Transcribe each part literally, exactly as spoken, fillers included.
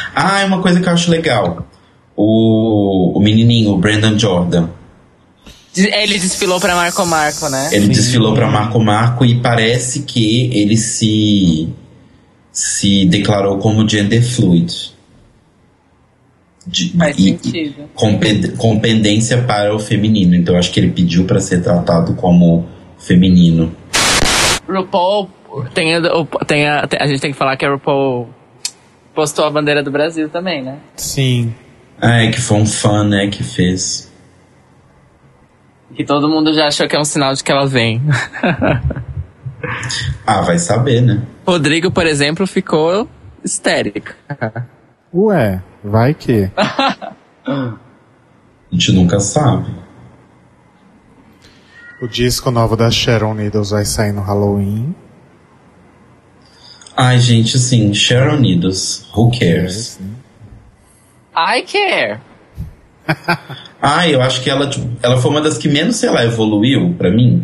Ah, é uma coisa que eu acho legal. O, o menininho, o Brandon Jordan. Ele desfilou pra Marco Marco, né? Ele Sim. desfilou pra Marco Marco e parece que ele se, se declarou como gender fluid. De, Faz e, sentido. Com, ped- com pendência para o feminino. Então acho que ele pediu pra ser tratado como feminino. RuPaul, tem, a- tem a, a gente tem que falar que a RuPaul postou a bandeira do Brasil também, né? Sim. Ah, é que foi um fã, né, que fez. Que todo mundo já achou que é um sinal de que ela vem. Ah, vai saber, né? Rodrigo, por exemplo, ficou histérico. Ué, vai que. A gente nunca sabe. O disco novo da Sharon Needles vai sair no Halloween. Ai, gente, assim, Sharon Needles, who cares? I care. Ah, eu acho que ela, tipo, ela foi uma das que menos, sei lá, evoluiu pra mim.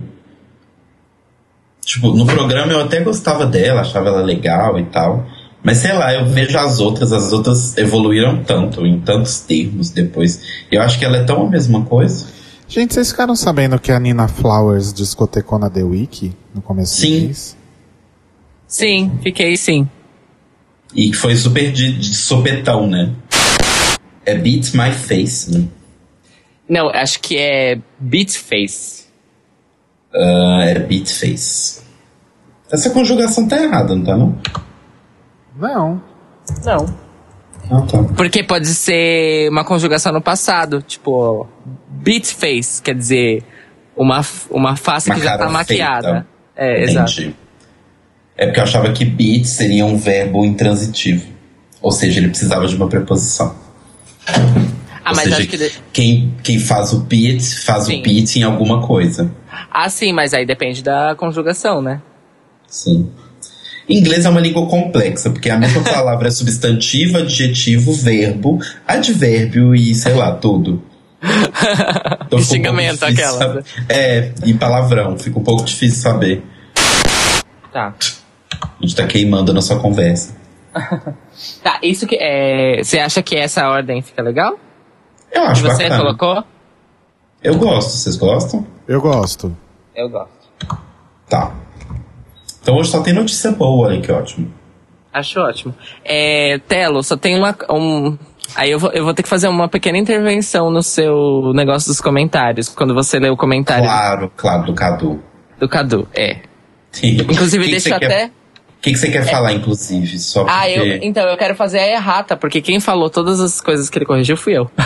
Tipo, no programa eu até gostava dela, achava ela legal e tal. Mas sei lá, eu vejo as outras, as outras evoluíram tanto, em tantos termos depois. Eu acho que ela é tão a mesma coisa. Gente, vocês ficaram sabendo que a Nina Flowers discotecou na The Week no começo Sim. do mês? Sim, fiquei sim. E que foi super de, de sopetão, né? É Beat My Face, né? Não, acho que é Beat Face. Uh, é Beat Face. Essa conjugação tá errada, não tá, não? Não. Não. Ah, tá. Porque pode ser uma conjugação no passado. Tipo, Beat Face, quer dizer, uma, uma face Uma que já cara tá maquiada. feita. É, Entendi. exato. É porque eu achava que beat seria um verbo intransitivo. Ou seja, ele precisava de uma preposição. Ah, Ou mas seja, acho que... de- quem, quem faz o beat, faz Sim. o beat em alguma coisa. Ah, sim, mas aí depende da conjugação, né? Sim. Inglês é uma língua complexa, porque a mesma palavra é substantivo, adjetivo, verbo, advérbio e sei lá, tudo. Então E fica um pouco xingamento, difícil aquela. saber. É, e palavrão, fica um pouco difícil saber. Tá. A gente tá queimando a nossa conversa. Tá, isso que é... Você acha que essa ordem fica legal? Eu acho Que você bacana. colocou? Eu gosto, vocês gostam? Eu gosto. Eu gosto. Tá. Então hoje só tem notícia boa aí, que ótimo. Acho ótimo. É, Telo, só tem uma... Um... Aí eu vou, eu vou ter que fazer uma pequena intervenção no seu negócio dos comentários. Quando você lê o comentário Claro, claro, do Cadu. do Cadu. É. Sim. Inclusive, Que que deixa você eu quer- até... O que, que você quer falar, inclusive? Só porque... Ah, eu, então, eu quero fazer a errata, porque quem falou todas as coisas que ele corrigiu fui eu.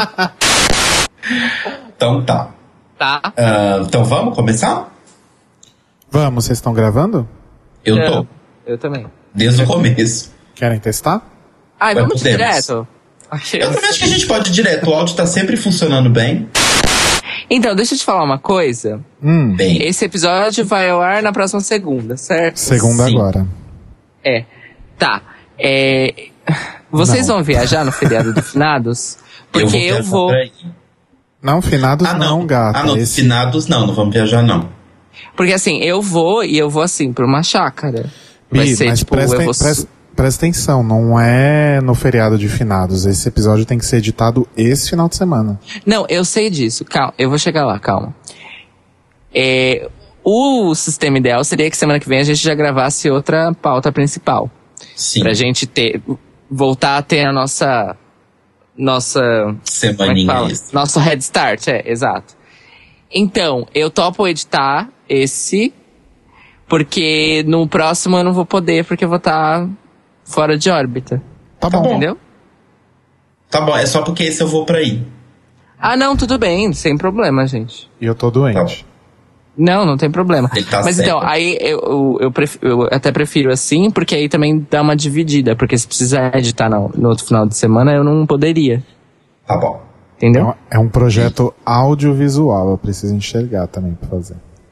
Então tá. Tá? Ah, então vamos começar? Vamos, vocês estão gravando? Eu tô. Eu, eu também. Desde o começo. Querem testar? Ai, Mas vamos podemos. direto? Eu também acho que a gente pode ir direto. O áudio tá sempre funcionando bem. Então, deixa eu te falar uma coisa. Hum, Bem. Esse episódio vai ao ar na próxima segunda, certo? segunda Sim. agora. É. Tá. É... Vocês Não. vão viajar no feriado do Finados? eu Porque vou eu viajar vou. pra aí. Não, finados Ah, não, não. gata. Ah, não. Esse... Finados não. Não vamos viajar, não. Porque assim, eu vou e eu vou assim, pra uma chácara. Vai Bi, ser mas tipo, presta, eu vou. presta, presta atenção, não é no feriado de finados. Esse episódio tem que ser editado esse final de semana. Não, eu sei disso. Calma, eu vou chegar lá, calma. É, o sistema ideal seria que semana que vem a gente já gravasse outra pauta principal. Sim. Pra gente ter. Voltar a ter a nossa. Nossa. Como é que Semaninha fala? extra. Nosso head start, é, exato. Então, eu topo editar esse. Porque no próximo eu não vou poder, porque eu vou estar fora de órbita. Tá, Tá bom. bom. Entendeu? Tá bom, é só porque esse eu vou pra aí. Ah, não, tudo bem, sem problema, gente. E eu tô doente. Não, não tem problema. Ele tá Mas certo. então, aí eu, eu, eu, pref- eu até prefiro assim, porque aí também dá uma dividida. Porque se precisar editar no, no outro final de semana, eu não poderia. Tá bom. É Entendeu? um, é um projeto audiovisual, eu preciso enxergar também pra fazer.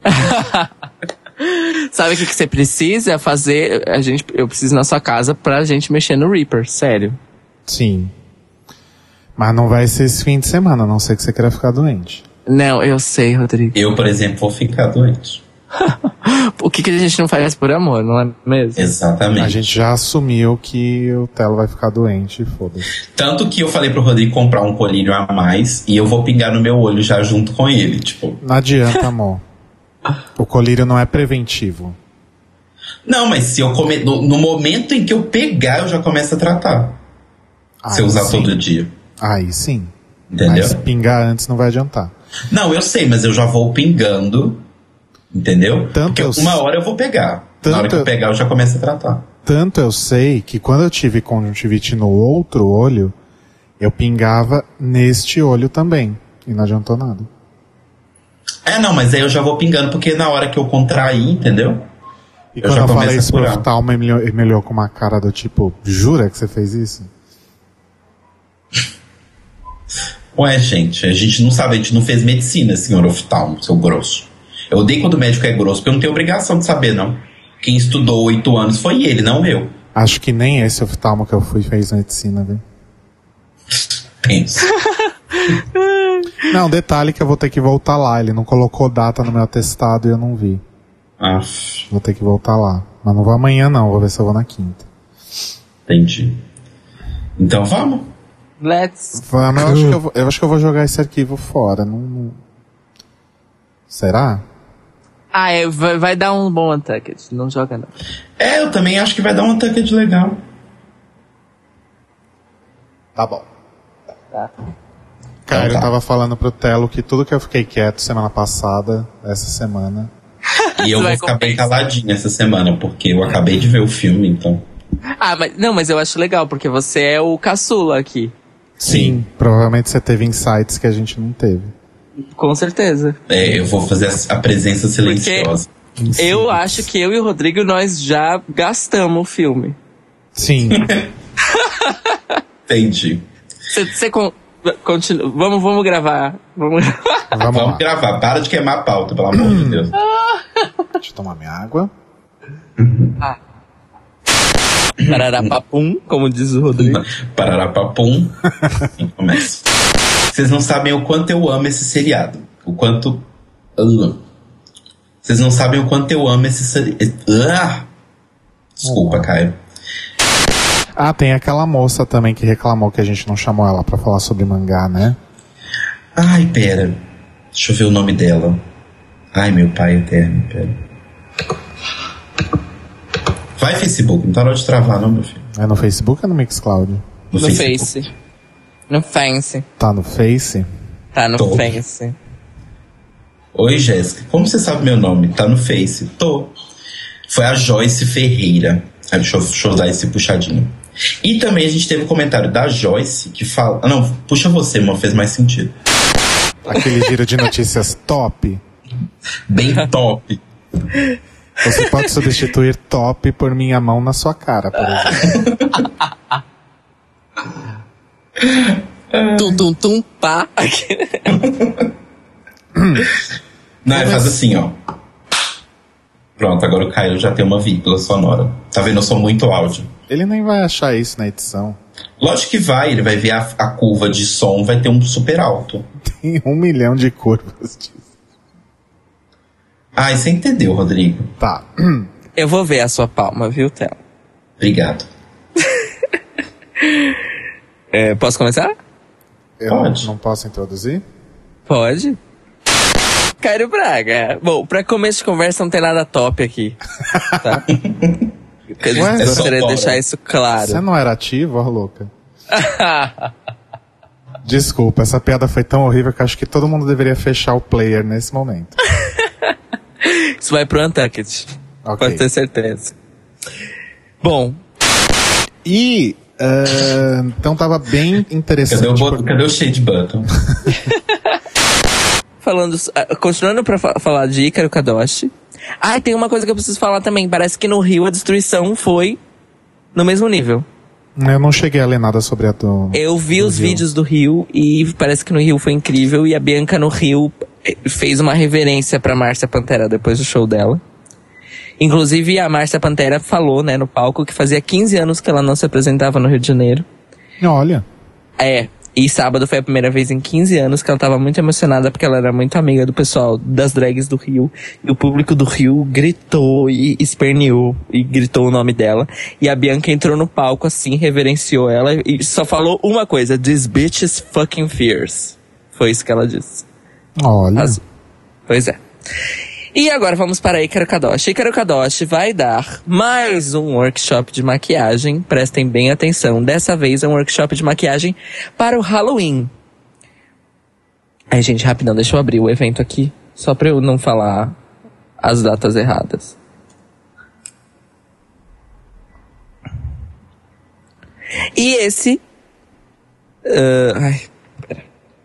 Sabe o que, que você precisa fazer? A gente, eu preciso ir na sua casa pra gente mexer no Reaper, sério. Sim. Mas não vai ser esse fim de semana, a não ser que você queira ficar doente. Não, eu sei, Rodrigo. Eu, por exemplo, vou ficar doente. O que, que a gente não faz por amor, não é mesmo? Exatamente. A gente já assumiu que o Telo vai ficar doente, foda-se. Tanto que eu falei pro Rodrigo comprar um colírio a mais e eu vou pingar no meu olho já junto com ele, tipo... Não adianta, amor. O colírio não é preventivo. Não, mas se eu comer... No, no momento em que eu pegar, eu já começo a tratar. Aí se eu usar sim. todo dia. Aí sim. Entendeu? Mas pingar antes não vai adiantar. Não, eu sei, mas eu já vou pingando... Entendeu? Tanto Porque eu uma s- hora eu vou pegar. Tanto Na hora que eu eu- pegar, eu já começo a tratar. Tanto eu sei que quando eu tive conjuntivite no outro olho, eu pingava neste olho também. E não adiantou nada. É, não, mas aí eu já vou pingando, porque na hora que eu contrair, entendeu? E Eu quando já eu começo falei a isso pro curar. oftalmo, ele olhou- ele me olhou com uma cara do tipo, jura que você fez isso? Ué, gente, a gente não sabe, a gente não fez medicina, senhor oftalmo, seu grosso. Eu odeio quando o médico é grosso, porque eu não tenho obrigação de saber, não. Quem estudou oito anos foi ele, não eu. Acho que nem esse oftalmo que eu fui fez medicina, viu? Penso. Não, detalhe que eu vou ter que voltar lá. Ele não colocou data no meu atestado e eu não vi. Aff, Vou ter que voltar lá. Mas não vou amanhã não, vou ver se eu vou na quinta. entendi. Então vamos. Let's. Vamos, eu acho que eu vou, eu acho que eu vou jogar esse arquivo fora. Não, não... Será? Ah, é, vai, vai dar um bom Untucked. Não joga, não. É, eu também acho que vai dar um ataque de legal. Tá bom. Tá. Cara, Então tá. eu tava falando pro Telo que tudo que eu fiquei quieto semana passada, essa semana... E eu Vai vou ficar bem compensar. caladinho essa semana, porque eu acabei de ver o filme, então. Ah, mas, não, mas eu acho legal, porque você é o caçula aqui. Sim, provavelmente você teve insights que a gente não teve. Com certeza. É, eu vou fazer a, a presença silenciosa. Eu acho que eu e o Rodrigo, nós já gastamos o filme. Sim. Entendi. Você continua. Vamos, vamos gravar. Vamos gravar. Vamos Vamos lá. gravar. Para de queimar a pauta, pelo amor de Deus. Deixa eu tomar minha água. Pararapapum, como diz o Rodrigo. Pararapapum. E começa. Vocês não sabem o quanto eu amo esse seriado. O quanto... Ah. Vocês não sabem o quanto eu amo esse seriado. Ah. Desculpa, Caio. Ah, tem aquela moça também que reclamou que a gente não chamou ela pra falar sobre mangá, né? Ai, pera. Deixa eu ver o nome dela. Ai, meu pai eterno, pera. Vai, Facebook, não tá na hora de travar, não, meu filho. É no Facebook ou no Mixcloud? No Face. No Face. Tá no Face? Tá no Tô. Face. Oi, Jéssica. Como você sabe meu nome? Tá no Face. Tô. Foi a Joyce Ferreira. Ah, deixa, eu, deixa eu dar esse puxadinho. E também a gente teve um comentário da Joyce que fala... Ah, não, puxa você, mano, fez mais sentido. Aquele giro de notícias top. Bem top. Você pode substituir top por minha mão na sua cara, por exemplo. Tum, tum, tum, pá. Não, ele faz assim, ó. Pronto, agora o Caio já tem uma vírgula sonora. Tá vendo? Eu sou muito áudio. Ele nem vai achar isso na edição. Lógico que vai, ele vai ver a, a curva de som, vai ter um super alto. Tem um milhão de curvas disso. Ah, você entendeu, Rodrigo. Tá. Eu vou ver a sua palma, viu, Théo? Obrigado. É, posso começar? Eu Pode. não posso introduzir? Pode. Caio Braga. Bom, pra começo de conversa não tem nada top aqui. Tá? Eu Ué, é só gostaria de fora. deixar isso claro. Você não era ativo, ó, louca? Desculpa, essa piada foi tão horrível que acho que todo mundo deveria fechar o player nesse momento. Isso vai pro Untucked. Ok. Pode ter certeza. Bom, E... ah, então tava bem interessante. Cadê o, bot... porque- Cadê o shade button? falando, ah, continuando pra fa- falar de Ícaro Kadoshi. Ah, e tem uma coisa que eu preciso falar também. Parece que no Rio a destruição foi no mesmo nível. Eu não cheguei a ler nada sobre a do... Eu vi do os Rio. vídeos do Rio e parece que no Rio foi incrível. E a Bianca no Rio eh, fez uma reverência pra Márcia Pantera depois do show dela. Inclusive a Márcia Pantera falou, né, no palco que fazia quinze anos que ela não se apresentava no Rio de Janeiro. Olha, É, E sábado foi a primeira vez em quinze anos que ela tava muito emocionada, porque ela era muito amiga do pessoal das drags do Rio. E o público do Rio gritou e esperneou e gritou o nome dela. E a Bianca entrou no palco assim, reverenciou ela e só falou uma coisa: "This bitch is fucking fierce." Foi isso que ela disse. Olha. As... Pois é. E agora vamos para a Hikaru Kadoshi. Hikaru Kadoshi vai dar mais um workshop de maquiagem. Prestem bem atenção. Dessa vez é um workshop de maquiagem para o Halloween. Aí, gente, rapidão, deixa eu abrir o evento aqui. Só para eu não falar as datas erradas. E esse... Uh, ai, pera.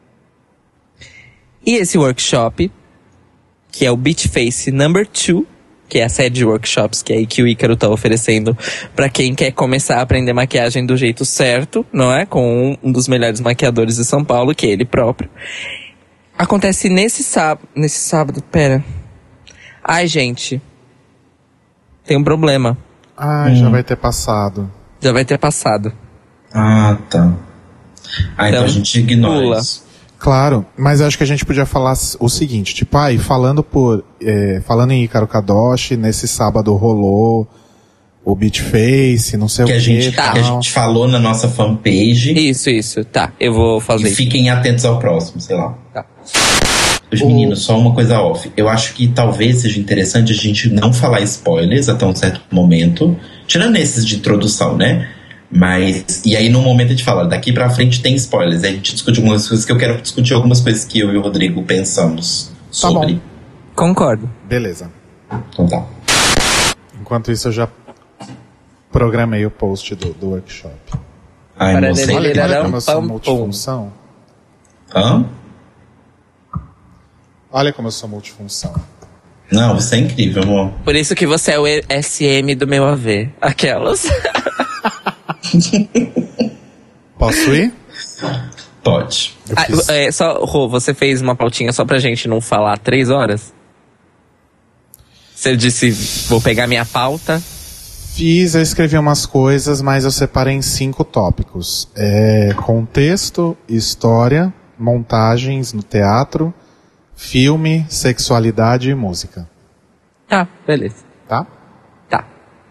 E esse workshop... que é o Beach Face Number two, que é a série de workshops que, é aí que o Ícaro tá oferecendo pra quem quer começar a aprender maquiagem do jeito certo, não é? Com um dos melhores maquiadores de São Paulo, que é ele próprio. Acontece nesse sábado... Nesse sábado, pera. Ai, gente. Tem um problema. Ai, hum. já vai ter passado. Já vai ter passado. Ah, tá. Ah, então, então a gente ignora pula. isso. Claro, mas eu acho que a gente podia falar o seguinte, tipo, ai, ah, falando por, é, falando em Hikaru Kadoshi, nesse sábado rolou o Beach Face, não sei que o a que. Gente, tá. Que a gente falou na nossa fanpage. Isso, isso, tá, eu vou fazer e isso. Fiquem atentos ao próximo, sei lá. Tá. Os o... meninos, só uma coisa off. Eu acho que talvez seja interessante a gente não falar spoilers até um certo momento, tirando esses de introdução, né? Mas, e aí no momento a gente fala, daqui pra frente tem spoilers. Aí a gente discute algumas coisas que eu quero discutir, algumas coisas que eu e o Rodrigo pensamos sobre. Tá bom. Concordo. Beleza. Então tá. Enquanto isso eu já programei o post do, do workshop. Ai, Para não sei. Olha, olha Olha como eu sou multifunção. Hã? Olha como eu sou multifunção. Não, você é incrível, amor. Por isso que você é o S M do meu A V. Aquelas. Posso ir? Pode. Ah, é, só, Rô, você fez uma pautinha só pra gente não falar três horas? Você disse, vou pegar minha pauta. Fiz, eu escrevi umas coisas, mas eu separei em cinco tópicos. É, contexto, história, montagens no teatro, filme, sexualidade e música. Tá, beleza. Tá? Tá.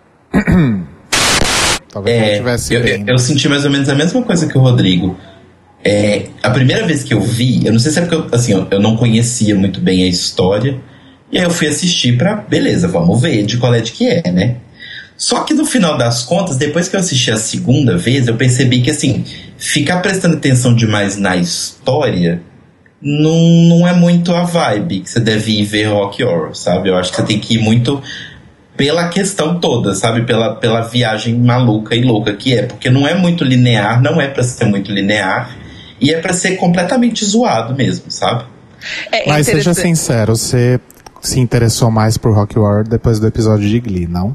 Talvez é, não tivesse eu, bem. eu, eu senti mais ou menos a mesma coisa que o Rodrigo. É, a primeira vez que eu vi, eu não sei se é porque eu, assim, eu, eu não conhecia muito bem a história, e aí eu fui assistir pra, beleza, vamos ver de qual é de que é, né? Só que no final das contas, depois que eu assisti a segunda vez, eu percebi que, assim, ficar prestando atenção demais na história não, não é muito a vibe que você deve ir ver Rock Horror, sabe? Eu acho que você tem que ir muito pela questão toda, sabe? Pela, pela viagem maluca e louca que é. Porque não é muito linear, não é pra ser muito linear, e é pra ser completamente zoado mesmo, sabe? É, Mas seja sincero, você se interessou mais por Rock Horror depois do episódio de Glee, não?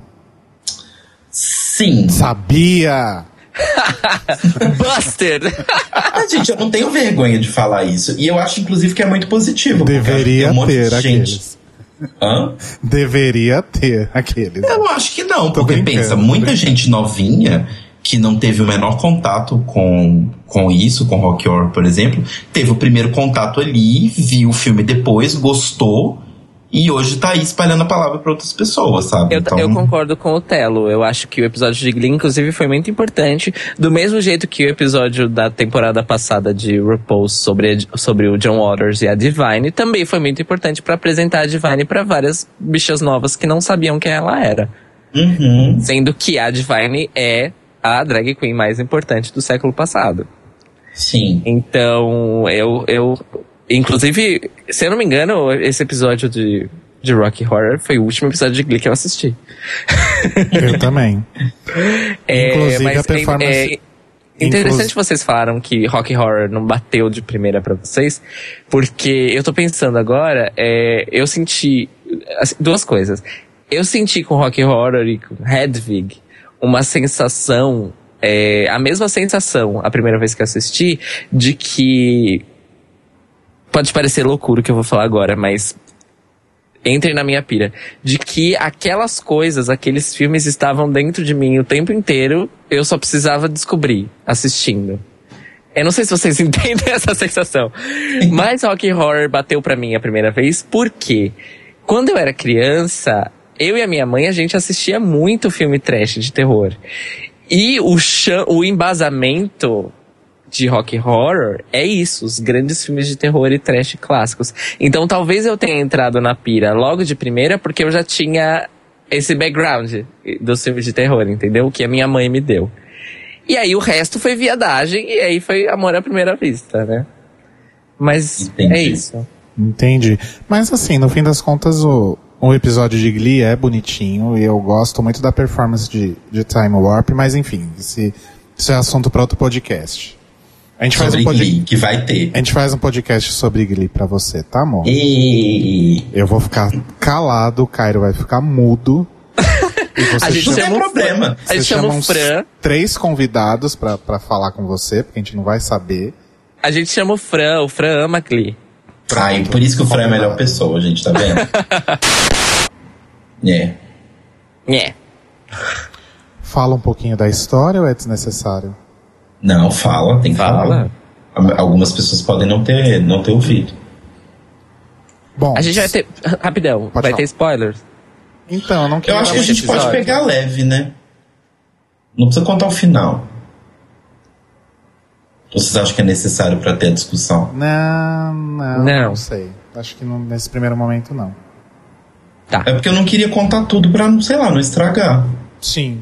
Sim. Sabia! Busted! Mas, gente, eu não tenho vergonha de falar isso. E eu acho, inclusive, que é muito positivo. Deveria um ter de aqueles. Hã? Deveria ter aqueles. Eu acho que não, Tô porque brincando, pensa, tô muita brincando. gente novinha que não teve o menor contato com, com isso, com Rock Horror, por exemplo, teve o primeiro contato ali, viu o filme depois, gostou, e hoje tá aí espalhando a palavra para outras pessoas, sabe? Eu, então... eu concordo com o Telo. Eu acho que o episódio de Glee, inclusive, foi muito importante. Do mesmo jeito que o episódio da temporada passada de RuPaul sobre, sobre o John Waters e a Divine também foi muito importante para apresentar a Divine para várias bichas novas que não sabiam quem ela era. Uhum. Sendo que a Divine é a drag queen mais importante do século passado. Sim. Então, eu... eu inclusive, se eu não me engano, esse episódio de, de Rock Horror foi o último episódio de Glee que eu assisti. Eu também. É, Inclusive, mas a performance... É, é interessante Inclu... vocês falaram que Rock Horror não bateu de primeira pra vocês, porque eu tô pensando agora, é, eu senti assim, duas coisas. Eu senti com Rock Horror e com Hedwig uma sensação, é, a mesma sensação, a primeira vez que eu assisti, de que... Pode parecer loucura o que eu vou falar agora, mas entrem na minha pira. De que aquelas coisas, aqueles filmes estavam dentro de mim o tempo inteiro, eu só precisava descobrir, assistindo. Eu não sei se vocês entendem essa sensação. Mas Rocky Horror bateu pra mim a primeira vez porque quando eu era criança, eu e a minha mãe, a gente assistia muito filme trash de terror. E o, cham- o embasamento de Rocky Horror é isso, os grandes filmes de terror e trash clássicos. Então talvez eu tenha entrado na pira logo de primeira porque eu já tinha esse background dos filmes de terror, entendeu? Que a minha mãe me deu. E aí o resto foi viadagem e aí foi amor à primeira vista, né? Mas Entendi. é isso. Entendi. Mas assim, no fim das contas, o, o episódio de Glee é bonitinho e eu gosto muito da performance de, de Time Warp, mas enfim, esse, isso é assunto para outro podcast. A gente, faz Sobre um pod... Glee, que vai ter. a gente faz um podcast sobre Glee pra você, tá, amor? E... Eu vou ficar calado, o Cairo vai ficar mudo. E você A gente Não tem chama o problema. A gente você chama chama o uns Fran. três convidados pra, pra falar com você, porque a gente não vai saber. A gente chama o Fran, o Fran ama Glee. Ai, por isso que o Fran é a melhor pessoa, gente, tá vendo? É. É. Fala um pouquinho da história ou é desnecessário? Não, fala, tem que Fala. falar. Algumas pessoas podem não ter, não ter ouvido. Bom, A gente vai ter. Rapidão, Pode vai falar. ter spoilers. então, eu não Eu quero... acho que a gente pode episódio. pegar leve, né? Não precisa contar o final. Vocês acham que é necessário pra ter a discussão? Não, não, Não. não sei. Acho que não- nesse primeiro momento não. Tá. É porque eu não queria contar tudo pra, sei lá, não estragar. Sim.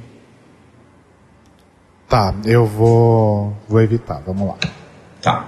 Tá, eu vou, vou evitar, vamos lá. Tá.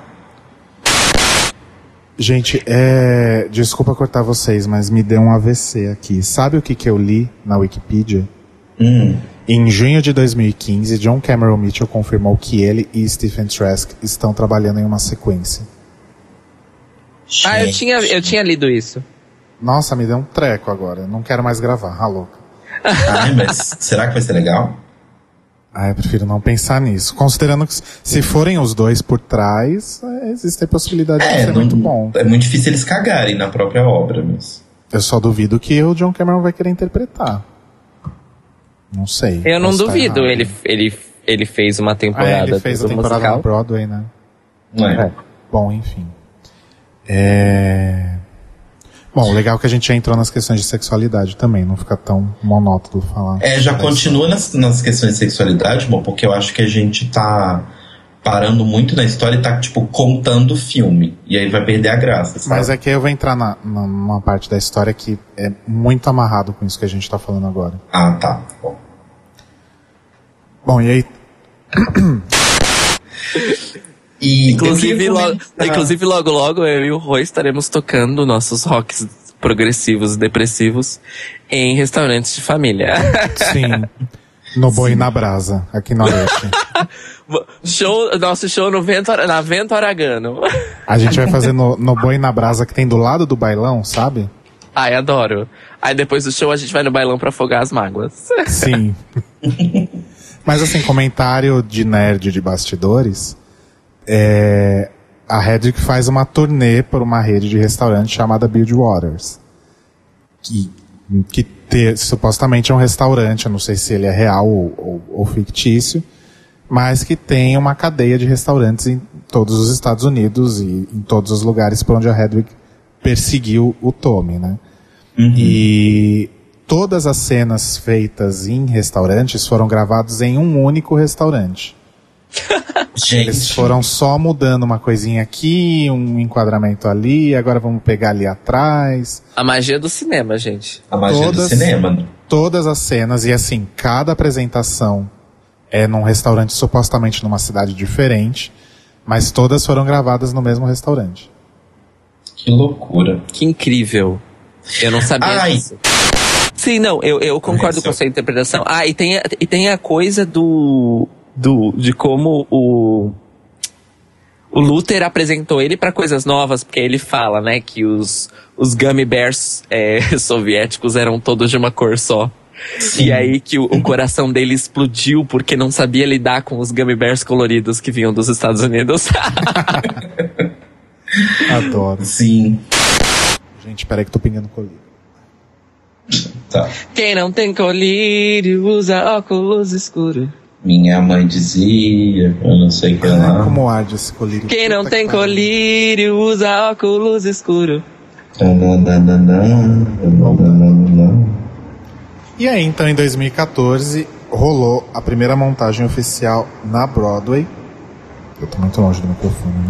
Gente, é... desculpa cortar vocês, mas me deu um A V C aqui. Sabe o que, que eu li na Wikipedia? Hum. Em junho de dois mil e quinze, John Cameron Mitchell confirmou que ele e Stephen Trask estão trabalhando em uma sequência. Ah, eu Gente. tinha, eu tinha lido isso. Nossa, me deu um treco agora. Eu não quero mais gravar, ah, louca. Ai, mas será que vai ser legal? Ah, eu prefiro não pensar nisso. Considerando que se forem os dois por trás, é, existe a possibilidade de ser não- muito bom. É muito difícil eles cagarem na própria obra, mas... Eu só duvido que o John Cameron vai querer interpretar. Não sei. Eu não posso estar duvido. errado. Ele, ele, ele fez uma Ah, temporada é, ele fez a do temporada musical. na Broadway, né? Não é. É. Bom, enfim. É... Bom, legal que a gente já entrou nas questões de sexualidade também, não fica tão monótono falar. É, já Mas- continua nas, nas questões de sexualidade, bom, porque eu acho que a gente tá parando muito na história e tá, tipo, contando o filme. E aí vai perder a graça, sabe? Mas é que eu vou entrar na, na- numa parte da história que é muito amarrado com isso que a gente tá falando agora. Ah, tá. Bom. Bom, e aí... E Inclusive, eu queria logo, comentar- inclusive, logo, logo, eu e o Rô estaremos tocando nossos rocks progressivos e depressivos em restaurantes de família. Sim, no Boi na Brasa, aqui no Oeste. show, nosso show no Vento, Ara- na Vento Aragano. A gente vai fazer no, no Boi na Brasa que tem do lado do bailão, sabe? Ai, adoro. Aí depois do show a gente vai no bailão pra afogar as mágoas. Sim. Mas assim, comentário de nerd de bastidores, é, a Hedwig faz uma turnê por uma rede de restaurante chamada Bilgewater's. Que, que ter, supostamente é um restaurante, eu não sei se ele é real ou, ou, ou fictício, mas que tem uma cadeia de restaurantes em todos os Estados Unidos e em todos os lugares por onde a Hedwig perseguiu o Tommy, né? E todas as cenas feitas em restaurantes foram gravadas em um único restaurante. Eles Gente, foram só mudando uma coisinha aqui, um enquadramento ali, agora vamos pegar ali atrás. A magia do cinema, gente. a magia todas- do cinema. Todas as cenas, e assim, cada apresentação é num restaurante supostamente numa cidade diferente, mas todas foram gravadas no mesmo restaurante. Que loucura. Que incrível. Eu não sabia Ai. disso. Sim, não, eu, eu concordo Isso. com a sua interpretação. Ah, e tem, a- e tem a coisa do, do. de como o. O Luther apresentou ele pra coisas novas, porque ele fala, né, que os, os gummy bears é, soviéticos eram todos de uma cor só. Sim. E aí que o, o coração dele explodiu porque não sabia lidar com os gummy bears coloridos que vinham dos Estados Unidos. Adoro. Sim. Gente, peraí que tô pingando colírio. Tá. Quem não tem colírio usa óculos escuros. Minha mãe dizia, eu não sei o que lá. Como arde esse colírio. Quem não tem colírio usa óculos escuro. E aí, então, em dois mil e quatorze, rolou a primeira montagem oficial na Broadway. Eu tô muito longe do microfone, né?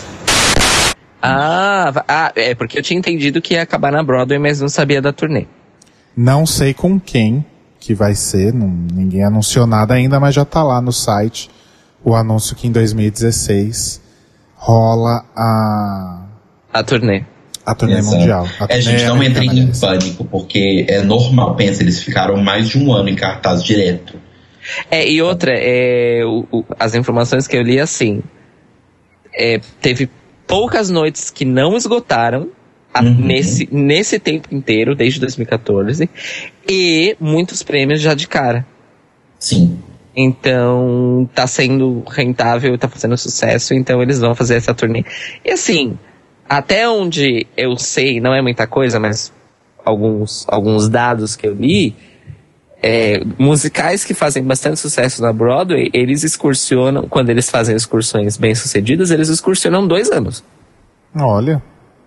Ah, ah, é porque eu tinha entendido que ia acabar na Broadway, mas não sabia da turnê. Não sei com quem que vai ser, não, ninguém anunciou nada ainda, mas já tá lá no site o anúncio que em dois mil e dezesseis rola a... A turnê. A turnê Exato. mundial. A É, turnê gente, não entrem em americana. pânico, porque é normal, pensa, eles ficaram mais de um ano em cartaz direto. É, e outra, é, o, o, as informações que eu li, assim, é, teve poucas noites que não esgotaram a, Uhum. nesse, nesse tempo inteiro, desde dois mil e quatorze, e muitos prêmios já de cara. Sim. Então, tá sendo rentável, tá fazendo sucesso, então eles vão fazer essa turnê. E assim, até onde eu sei, não é muita coisa, mas alguns, alguns dados que eu li, é, musicais que fazem bastante sucesso na Broadway, eles excursionam, quando eles fazem excursões bem-sucedidas, eles excursionam dois anos. Olha.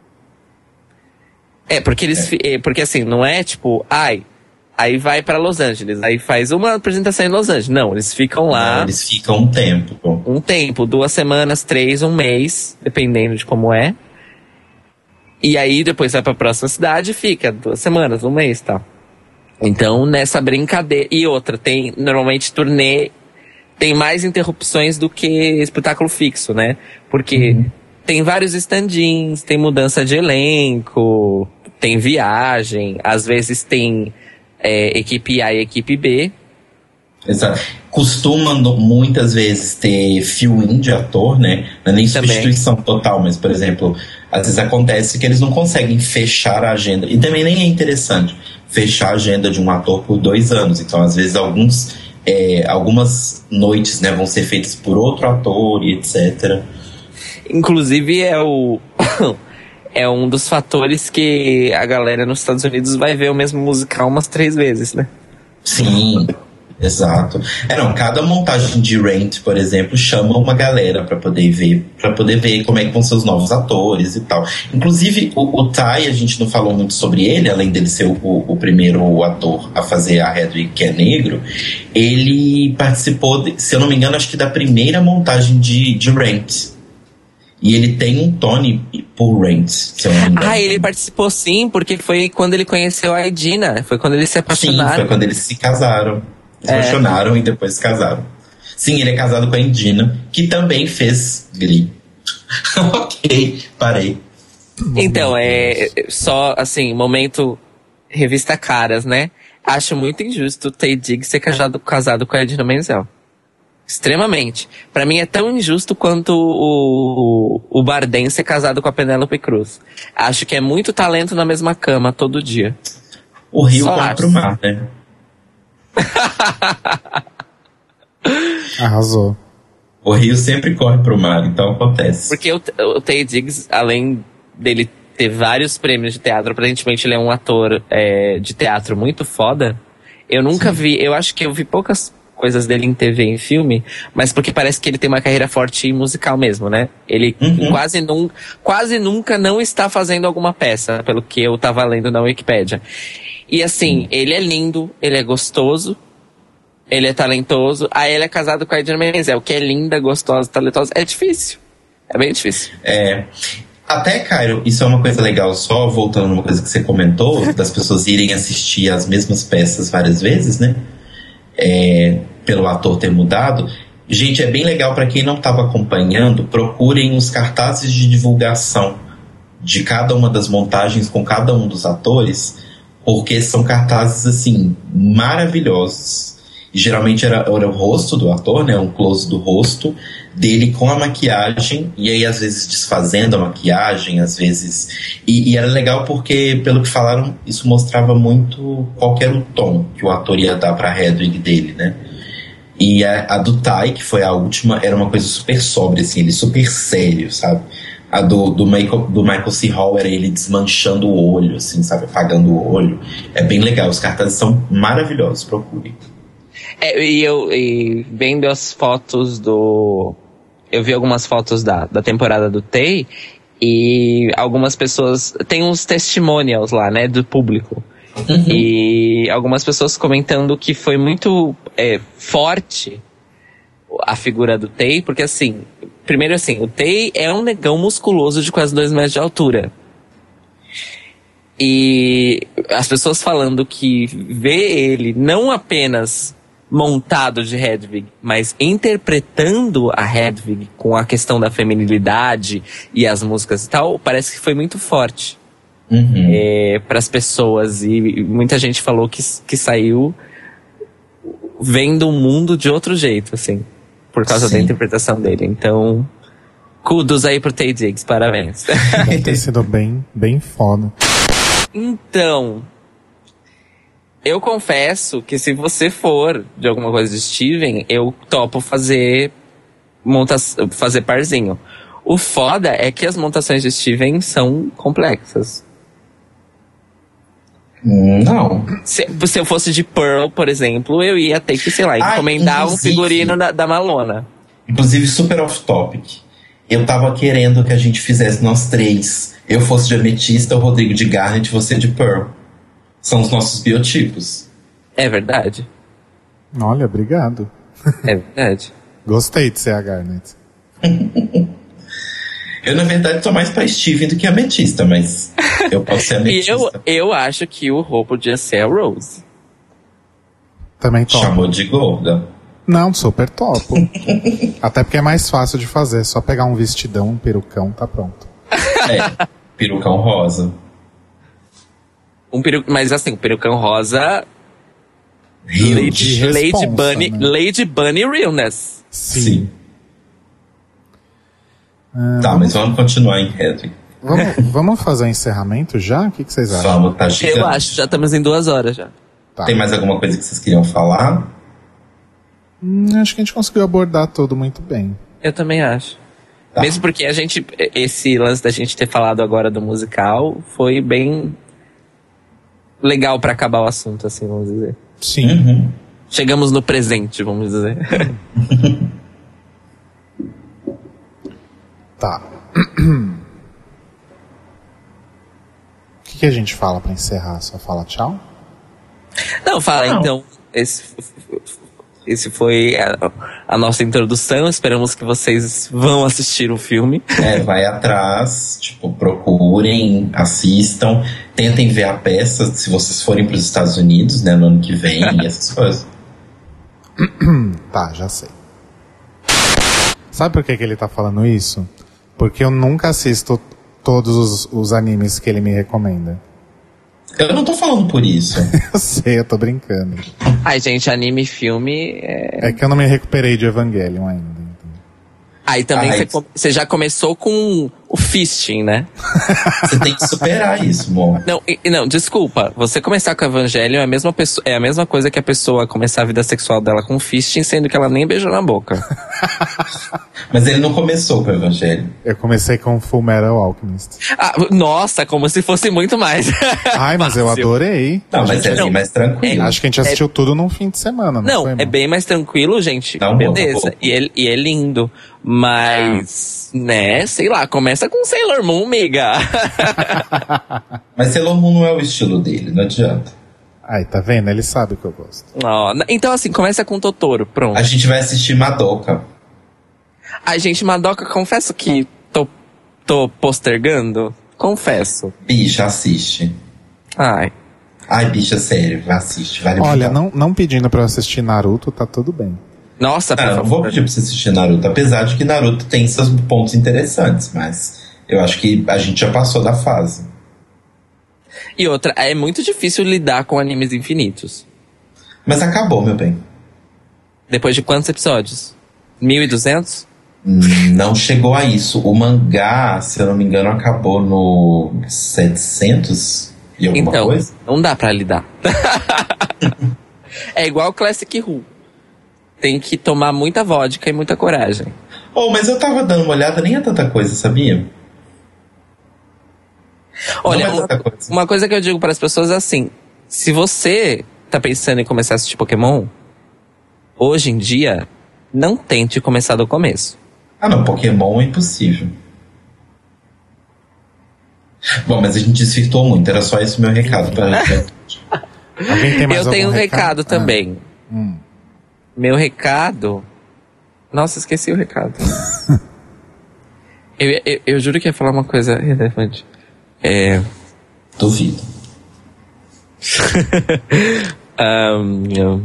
É, porque eles, é. porque assim, não é tipo, ai, aí vai pra Los Angeles, aí faz uma apresentação em Los Angeles. Não, eles ficam lá. Não, eles ficam um tempo. Um tempo, duas semanas, três, um mês, dependendo de como é. E aí depois vai pra próxima cidade e fica duas semanas, um mês e tal. Então, nessa brincadeira. E outra, tem normalmente turnê, tem mais interrupções do que espetáculo fixo, né? Porque uhum. tem vários stand-ins, tem mudança de elenco, tem viagem, às vezes tem é, equipe A e equipe B. Exato. Costuma muitas vezes ter fill-in de ator, né? Não é nem Também. substituição total, mas, por exemplo, às vezes acontece que eles não conseguem fechar a agenda. E também nem é interessante fechar a agenda de um ator por dois anos. Então, às vezes, alguns, é, algumas noites, né, vão ser feitas por outro ator e etcétera. Inclusive, é o... é um dos fatores que a galera nos Estados Unidos vai ver o mesmo musical umas três vezes, né? Sim, exato. É, não, cada montagem de Rent, por exemplo, chama uma galera pra poder ver, para poder ver como é que vão ser os novos atores e tal. Inclusive, o, o Ty, a gente não falou muito sobre ele, além dele ser o, o primeiro ator a fazer a Hedwig, que é negro, ele participou, de, se eu não me engano, acho que da primeira montagem de, de Rent. E ele tem um Tony por Rent, se eu não me engano. Ah, ele participou sim, porque foi quando ele conheceu a Idina. Foi quando eles se apaixonaram. Sim, foi quando eles se casaram. Se é. apaixonaram e depois se casaram. Sim, ele é casado com a Idina, que também fez Glee. Ok, parei. Então, é só, assim, momento revista Caras, né? Acho muito injusto o Taye Diggs ser casado, casado com a Idina Menzel. Extremamente. Pra mim é tão injusto quanto o, o Bardem ser casado com a Penélope Cruz. Acho que é muito talento na mesma cama todo dia. O rio corre pro mar, né? Arrasou. O rio sempre corre pro mar, então acontece. Porque o, o Taye Diggs, além dele ter vários prêmios de teatro, aparentemente ele é um ator é, de teatro muito foda. Eu nunca Sim. vi, eu acho que eu vi poucas coisas dele em T V e em filme, mas porque parece que ele tem uma carreira forte em musical mesmo, né? Ele uhum. quase, num, quase nunca não está fazendo alguma peça, pelo que eu tava lendo na Wikipédia. E assim, uhum. ele é lindo, ele é gostoso, ele é talentoso, aí ele é casado com a Idina Menzel, que é linda, gostosa, talentosa. É difícil. É bem difícil. É... Até, Cairo, isso é uma coisa legal, só voltando numa coisa que você comentou, das pessoas irem assistir as mesmas peças várias vezes, né? É, pelo ator ter mudado. Gente, é bem legal para quem não estava acompanhando, procurem os cartazes de divulgação de cada uma das montagens com cada um dos atores, porque são cartazes assim maravilhosos. E geralmente era, era o rosto do ator, né, um close do rosto dele com a maquiagem, e aí às vezes desfazendo a maquiagem, às vezes... E, e era legal porque, pelo que falaram, isso mostrava muito qual que era o tom que o ator ia dar pra Hedwig dele, né? E a, a do Ty, que foi a última, era uma coisa super sóbria, assim, ele super sério, sabe? A do, do, Michael, do Michael C. Hall era ele desmanchando o olho, assim, sabe? Apagando o olho. É bem legal, os cartazes são maravilhosos, procurem. É, e eu e vendo as fotos do... Eu vi algumas fotos da, da temporada do Tay, e algumas pessoas... Tem uns testimonials lá, né, do público. Uhum. E algumas pessoas comentando que foi muito é, forte a figura do Tay, porque assim... Primeiro assim, o Tay é um negão musculoso de quase dois metros de altura. E as pessoas falando que ver ele não apenas montado de Hedwig, mas interpretando a Hedwig com a questão da feminilidade e as músicas e tal, parece que foi muito forte. Uhum. É, para as pessoas. E muita gente falou que, que saiu vendo o mundo de outro jeito, assim, por causa Sim. da interpretação dele. Então, kudos aí pro Taye Diggs, parabéns. Deve ter sido bem, bem foda. Então, eu confesso que se você for de alguma coisa de Steven, eu topo fazer, monta fazer parzinho. O foda é que as montações de Steven são complexas. Não. Se, se eu fosse de Pearl, por exemplo, eu ia ter que, sei lá, encomendar ah, um figurino da, da Malona. Inclusive, super off-topic. Eu tava querendo que a gente fizesse nós três. Eu fosse de Ametista, o Rodrigo de Garnet e você de Pearl. São os nossos biotipos. É verdade. Olha, obrigado. É verdade. Gostei de ser a Garnet. Eu, na verdade, tô mais pra Steven do que Ametista, mas eu posso ser Ametista. E eu, eu acho que o Ro podia ser a Rose. Também topo. Chamou de gorda. Não, super topo. Até porque é mais fácil de fazer. Só pegar um vestidão, um perucão, tá pronto. É, perucão rosa. Um peru... Mas assim, um perucão rosa... Rio Lady, de Lady responsa, Bunny, né? Lady Bunny Realness. Sim. Sim. Ah, tá, vamos, mas vamos continuar em Hedwig. Vamos, vamos fazer o encerramento já? O que, que vocês acham? Vamos, tá gigante. Eu acho, já estamos em duas horas já. Tá. Tem mais alguma coisa que vocês queriam falar? Hum, acho que a gente conseguiu abordar tudo muito bem. Eu também acho. Tá. Mesmo porque a gente, esse lance da gente ter falado agora do musical foi bem legal pra acabar o assunto, assim, vamos dizer. Sim. Uhum. Chegamos no presente, vamos dizer. Tá. O que, que a gente fala pra encerrar? Só fala tchau? Não, fala Não. então. Esse, esse foi a, a nossa introdução. Esperamos que vocês vão assistir o filme. É, vai atrás, tipo, procurem, assistam, tentem ver a peça se vocês forem para os Estados Unidos, né, no ano que vem, e essas coisas. Tá, já sei. Sabe por que, que ele tá falando isso? Porque eu nunca assisto todos os, os animes que ele me recomenda. Eu não tô falando por isso. Eu sei, eu tô brincando. Ai, gente, anime e filme é... É que eu não me recuperei de Evangelion ainda. Então. Aí também Ai. você com- você já começou com o fisting, né? Você tem que superar isso, amor. Não, e- não, desculpa. Você começar com o Evangelho é a mesma pessoa, é a mesma coisa que a pessoa começar a vida sexual dela com fisting, sendo que ela nem beijou na boca. Mas ele não começou com o Evangelho. Eu comecei com Full Metal Alchemist. Ah, nossa, como se fosse muito mais. Ai, mas eu Fácil. adorei. Não, mas é Não. bem mais tranquilo. Acho que a gente assistiu tudo num fim de semana, não, Não, foi, é amor? bem mais tranquilo, gente. Não, Beleza. bom. E é, e é lindo. Mas, né, sei lá, começa com Sailor Moon, miga. Mas Sailor Moon não é o estilo dele, não adianta. Ai, tá vendo? Ele sabe que eu gosto. Ó, n- então, assim, começa com Totoro, pronto. A gente vai assistir Madoka. Ai, gente, Madoka, confesso que tô, tô postergando. Confesso. Bicha, assiste. Ai. Ai, bicha, sério, assiste. Vale Olha, muito. não, não pedindo pra eu assistir Naruto, tá tudo bem. Nossa, por Ah, eu não vou favor. pedir pra você assistir Naruto, apesar de que Naruto tem seus pontos interessantes, mas eu acho que a gente já passou da fase. E outra, é muito difícil lidar com animes infinitos. Mas acabou, meu bem. Depois de quantos episódios? mil e duzentos? Hum, Não chegou a isso. O mangá, se eu não me engano, acabou no setecentos e alguma Então, coisa. não dá pra lidar. É igual Classic Who. Tem que tomar muita vodka e muita coragem. Oh, mas eu tava dando uma olhada, nem é tanta coisa, sabia? Olha, Não é uma, tanta coisa. uma coisa que eu digo para as pessoas é assim: se você tá pensando em começar a assistir Pokémon, hoje em dia, não tente começar do começo. Ah, não, Pokémon é impossível. Bom, mas a gente desvirtuou muito, era só esse o meu recado pra Alguém tem mais Eu tenho um algum recado, recado? também. Ah. Hum. Meu recado... Nossa, esqueci o recado. eu, eu, eu juro que ia falar uma coisa relevante. É... Duvido. um,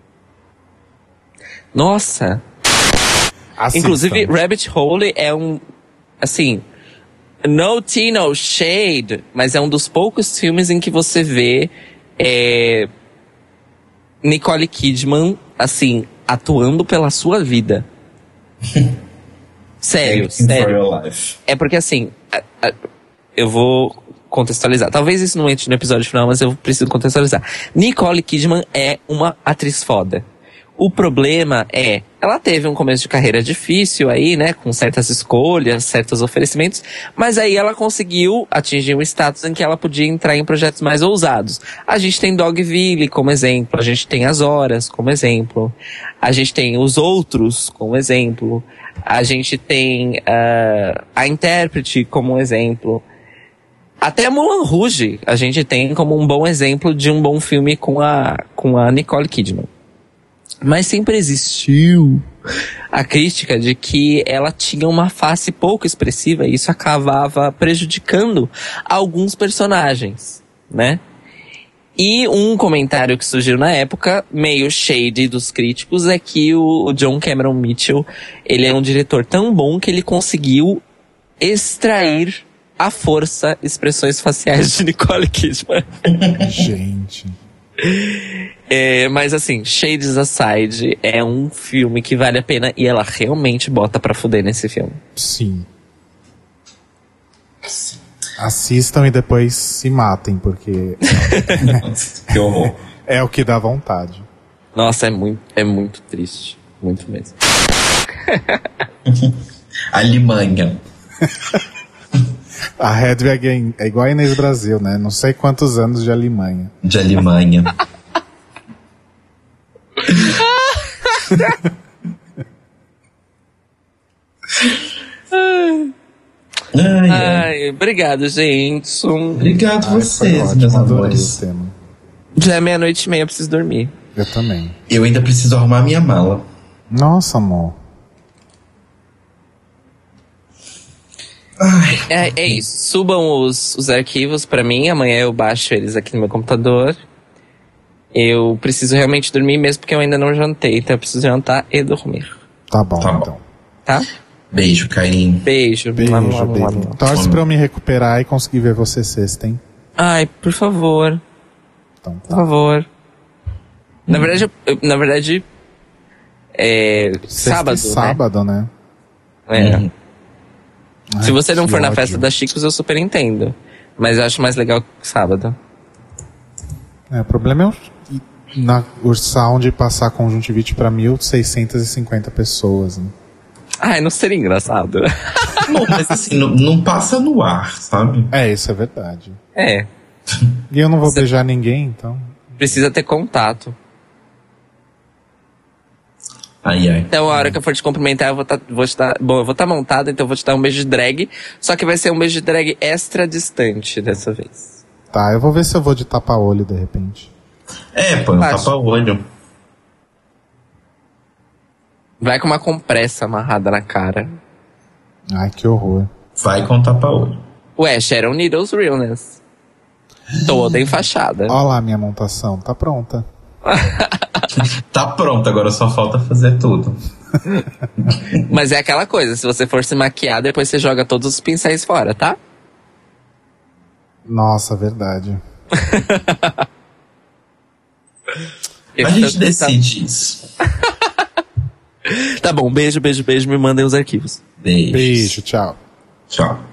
Nossa! Assistam. Inclusive, Rabbit Hole é um... Assim... No tea, no shade, mas é um dos poucos filmes em que você vê é, Nicole Kidman, assim, atuando pela sua vida. Sério, Acting for sério. your life. É porque, assim, a, a, eu vou contextualizar. Talvez isso não entre no episódio final, mas eu preciso contextualizar. Nicole Kidman é uma atriz foda. O problema é, ela teve um começo de carreira difícil aí, né, com certas escolhas, certos oferecimentos, mas aí ela conseguiu atingir um status em que ela podia entrar em projetos mais ousados. A gente tem Dogville como exemplo, a gente tem As Horas como exemplo, a gente tem Os Outros como exemplo, a gente tem uh, A Intérprete como exemplo. Até Moulin Rouge a gente tem como um bom exemplo de um bom filme com a, com a Nicole Kidman. Mas sempre existiu a crítica de que ela tinha uma face pouco expressiva e isso acabava prejudicando alguns personagens, né? E um comentário que surgiu na época, meio shady dos críticos, é que o John Cameron Mitchell, ele é um diretor tão bom que ele conseguiu extrair à força expressões faciais de Nicole Kidman. Gente... É, mas assim, Shades Aside é um filme que vale a pena e ela realmente bota pra fuder nesse filme. Sim. Assistam e depois se matem, porque Nossa, que horror. é o que dá vontade. Nossa, é muito, é muito triste. Muito mesmo. Alemanha. A Hedwig é, é igual a Inês Brasil, né? Não sei quantos anos de Alemanha. De Alemanha. ai, ai. Ai, obrigado, gente. Obrigado Ai, foi vocês, ótimo, meus adorei amores. o tema. Já é meia-noite e meia, eu preciso dormir. Eu também. Eu ainda preciso arrumar minha mala. Nossa, amor. Ai, É, é isso. Subam os, os arquivos pra mim. Amanhã eu baixo eles aqui no meu computador. Eu preciso realmente dormir mesmo porque eu ainda não jantei. Então eu preciso jantar e dormir. Tá bom, Tá bom. então. Tá? beijo, carinho. Beijo. Beijo, Mua, mua, mua, beijo. mua. Torce pra eu me recuperar e conseguir ver você sexta, hein? Ai, por favor. Então Por tá. favor. Na verdade, eu- eu- na verdade... É... Sexta sábado, e sábado, né? né? É. Uhum. Se Ai, você não que for na ódio. festa da Chicos, eu super entendo. Mas eu acho mais legal que sábado. É, o problema é o, na Ursound passar conjuntivite pra mil seiscentas e cinquenta pessoas, né? Ai, não seria engraçado. Não, mas assim, não, não passa no ar, sabe? É, isso é verdade. É, E eu não vou Você- beijar ninguém, então... precisa ter contato. Ai, ai. Então, a hora que eu for te cumprimentar, eu vou tá, vou te dar... Bom, eu vou estar montada, então eu vou te dar um beijo de drag. Só que vai ser um beijo de drag extra distante dessa vez. Tá, eu vou ver se eu vou de tapa-olho, de repente. É, põe um Acho. tapa-olho. Vai com uma compressa amarrada na cara. Ai, que horror. Vai com tapa-olho. Ué, Sharon Needles Realness. Toda enfaixada. Olha lá a minha montação, tá pronta. Tá pronto, agora só falta fazer tudo. Mas é aquela coisa, se você for se maquiar, depois você joga todos os pincéis fora, tá? Nossa, verdade. Eu A gente tô- decide isso. Tá bom, beijo, beijo, beijo. Me mandem os arquivos. Beijo. Beijo, tchau. Tchau.